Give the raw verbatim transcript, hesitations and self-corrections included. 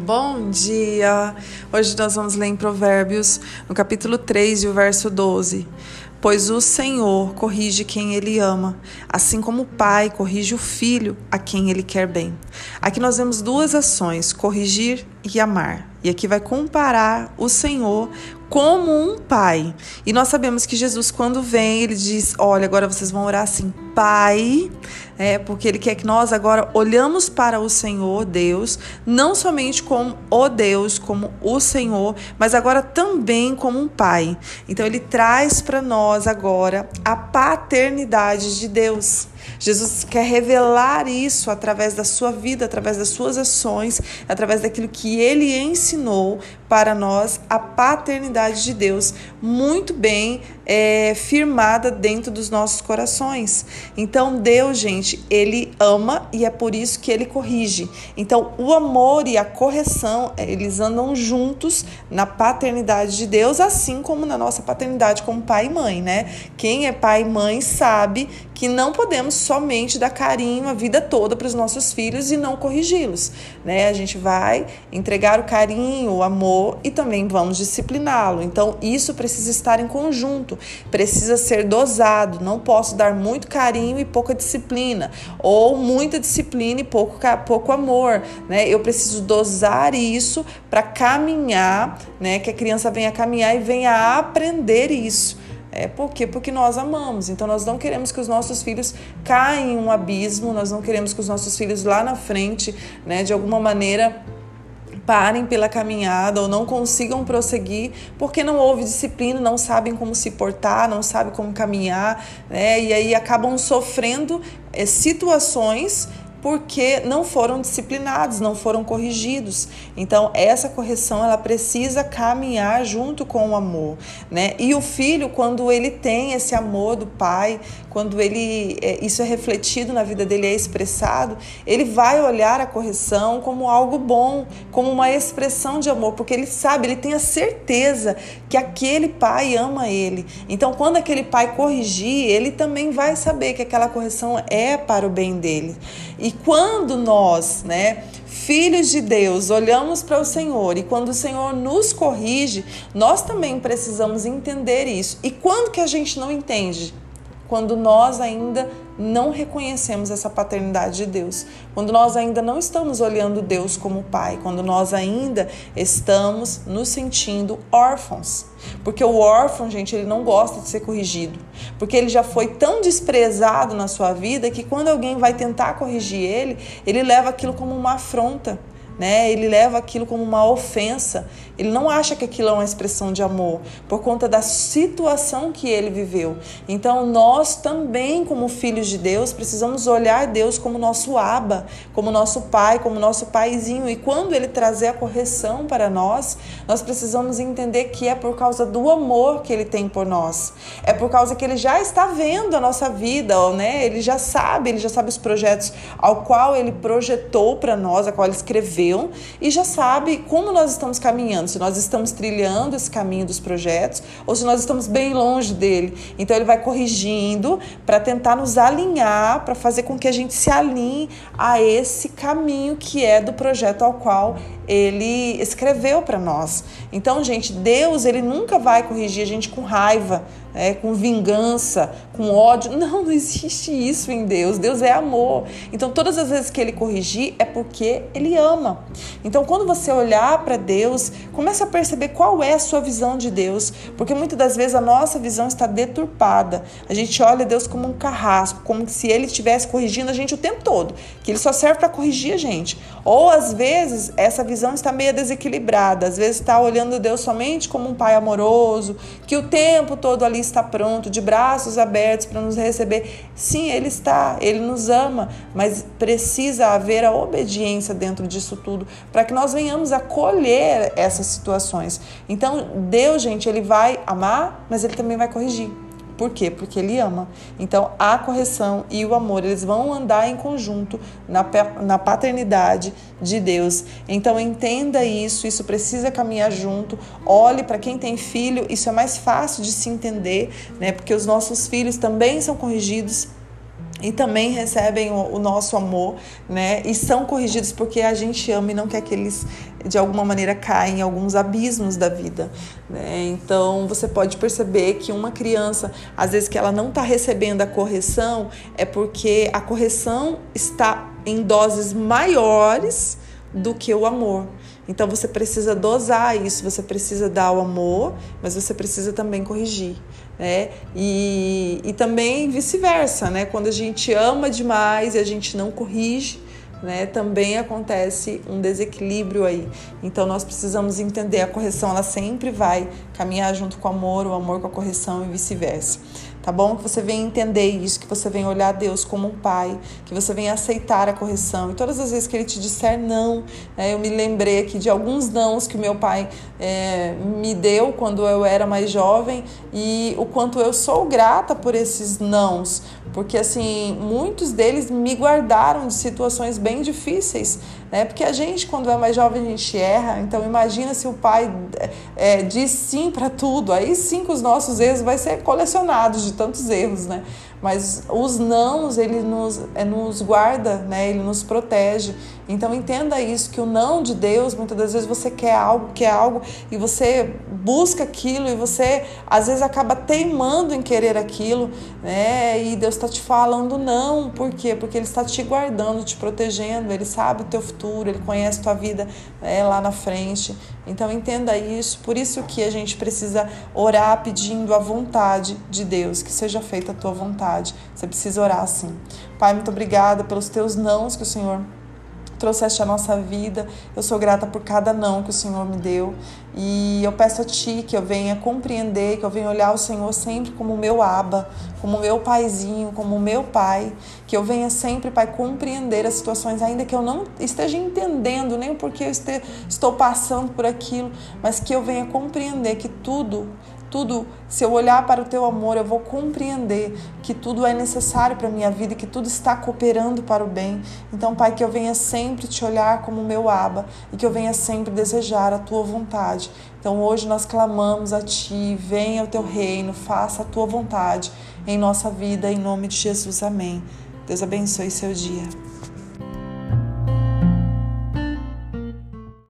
Bom dia! Hoje nós vamos ler em Provérbios, no capítulo três e o verso doze. Pois o Senhor corrige quem Ele ama, assim como o pai corrige o filho a quem Ele quer bem. Aqui nós vemos duas ações, corrigir e amar. E aqui vai comparar o Senhor como um pai. E nós sabemos que Jesus, quando vem, Ele diz, olha, agora vocês vão orar assim, Pai, é, porque Ele quer que nós agora olhamos para o Senhor, Deus, não somente como o Deus, como o Senhor, mas agora também como um pai. Então Ele traz para nós agora a paternidade de Deus. Jesus quer revelar isso através da sua vida, através das suas ações, através daquilo que Ele ensinou para nós, a paternidade de Deus, muito bem é, firmada dentro dos nossos corações. Então Deus, gente, Ele ama e é por isso que Ele corrige. Então o amor e a correção, eles andam juntos na paternidade de Deus, assim como na nossa paternidade como pai e mãe, né? Quem é pai e mãe sabe que não podemos somente dar carinho a vida toda para os nossos filhos e não corrigi-los, né? A gente vai entregar o carinho, o amor e também vamos discipliná-lo. Então isso precisa estar em conjunto, precisa ser dosado. Não posso dar muito carinho e pouca disciplina, ou muita disciplina e pouco, pouco amor, né? Eu preciso dosar isso para caminhar, né? Que a criança venha caminhar e venha aprender isso. É por quê? Porque nós amamos. Então nós não queremos que os nossos filhos caiam em um abismo, nós não queremos que os nossos filhos lá na frente, né, de alguma maneira parem pela caminhada ou não consigam prosseguir porque não houve disciplina, não sabem como se portar, não sabem como caminhar, né, e aí acabam sofrendo é, situações porque não foram disciplinados, não foram corrigidos. Então, essa correção, ela precisa caminhar junto com o amor, né? E o filho, quando ele tem esse amor do pai, quando ele, isso é refletido na vida dele, é expressado, ele vai olhar a correção como algo bom, como uma expressão de amor, porque ele sabe, ele tem a certeza que aquele pai ama ele. Então, quando aquele pai corrigir, ele também vai saber que aquela correção é para o bem dele. E quando nós, né, filhos de Deus, olhamos para o Senhor e quando o Senhor nos corrige, nós também precisamos entender isso. E quando que a gente não entende? Quando nós ainda não reconhecemos essa paternidade de Deus, quando nós ainda não estamos olhando Deus como Pai, quando nós ainda estamos nos sentindo órfãos. Porque o órfão, gente, ele não gosta de ser corrigido, porque ele já foi tão desprezado na sua vida que quando alguém vai tentar corrigir ele, ele leva aquilo como uma afronta, né? Ele leva aquilo como uma ofensa, ele não acha que aquilo é uma expressão de amor, por conta da situação que ele viveu. Então nós também, como filhos de Deus, precisamos olhar Deus como nosso Abba, como nosso pai, como nosso paizinho, e quando ele trazer a correção para nós, nós precisamos entender que é por causa do amor que ele tem por nós, é por causa que ele já está vendo a nossa vida, né? Ele já sabe, ele já sabe os projetos ao qual ele projetou para nós, a qual ele escreveu, e já sabe como nós estamos caminhando, se nós estamos trilhando esse caminho dos projetos ou se nós estamos bem longe dele. Então ele vai corrigindo para tentar nos alinhar, para fazer com que a gente se alinhe a esse caminho que é do projeto ao qual ele escreveu para nós. Então, gente, Deus, ele nunca vai corrigir a gente com raiva, né, com vingança, com ódio. Não, não existe isso em Deus. Deus é amor. Então, todas as vezes que ele corrigir é porque ele ama. Então, quando você olhar para Deus, comece a perceber qual é a sua visão de Deus, porque muitas das vezes a nossa visão está deturpada. A gente olha Deus como um carrasco, como se ele estivesse corrigindo a gente o tempo todo, que ele só serve para corrigir a gente. Ou, às vezes, essa visão está meio desequilibrada. Às vezes está olhando Deus somente como um pai amoroso, que o tempo todo ali está pronto, de braços abertos para nos receber. Sim, ele está, ele nos ama, mas precisa haver a obediência dentro disso tudo, para que nós venhamos a colher essas situações. Então, Deus, gente, ele vai amar, mas ele também vai corrigir. Por quê? Porque ele ama. Então, a correção e o amor, eles vão andar em conjunto na, na paternidade de Deus. Então, entenda isso, isso precisa caminhar junto. Olhe para quem tem filho, isso é mais fácil de se entender, né? Porque os nossos filhos também são corrigidos. e também recebem o, o nosso amor, né? E são corrigidos porque a gente ama e não quer que eles, de alguma maneira, caem em alguns abismos da vida, né? Então, você pode perceber que uma criança, às vezes que ela não está recebendo a correção, é porque a correção está em doses maiores do que o amor. Então, você precisa dosar isso, você precisa dar o amor, mas você precisa também corrigir, né? E, e também vice-versa, né? Quando a gente ama demais e a gente não corrige, né, também acontece um desequilíbrio aí. Então nós precisamos entender, a correção ela sempre vai caminhar junto com o amor, o amor com a correção e vice-versa. Tá bom? Que você venha entender isso, que você venha olhar Deus como um pai, que você venha aceitar a correção. E todas as vezes que ele te disser não, né, eu me lembrei aqui de alguns nãos que o meu pai é, me deu quando eu era mais jovem, e o quanto eu sou grata por esses nãos, porque assim, muitos deles me guardaram de situações bem difíceis, né? Porque a gente, quando é mais jovem, a gente erra. Então imagina se o pai é, diz sim para tudo, aí sim que os nossos erros vai ser colecionados de tantos erros, né? Mas os nãos, ele nos, é, nos guarda, né? Ele nos protege. Então entenda isso, que o não de Deus, muitas das vezes você quer algo, quer algo, e você busca aquilo, e você às vezes acaba teimando em querer aquilo, né? E Deus está te falando não. Por quê? Porque Ele está te guardando, te protegendo, Ele sabe o teu futuro, Ele conhece a tua vida, né, lá na frente. Então entenda isso, por isso que a gente precisa orar pedindo a vontade de Deus, que seja feita a tua vontade. Você precisa orar assim. Pai, muito obrigada pelos teus nãos que o Senhor trouxeste a nossa vida. Eu sou grata por cada não que o Senhor me deu, e eu peço a Ti que eu venha compreender, que eu venha olhar o Senhor sempre como o meu Abba, como o meu paizinho, como o meu pai, que eu venha sempre, Pai, compreender as situações, ainda que eu não esteja entendendo nem porque eu este, estou passando por aquilo, mas que eu venha compreender que tudo Tudo, se eu olhar para o Teu amor, eu vou compreender que tudo é necessário para a minha vida e que tudo está cooperando para o bem. Então, Pai, que eu venha sempre Te olhar como meu Abba e que eu venha sempre desejar a Tua vontade. Então, hoje nós clamamos a Ti, venha o Teu reino, faça a Tua vontade em nossa vida, em nome de Jesus. Amém. Deus abençoe seu dia.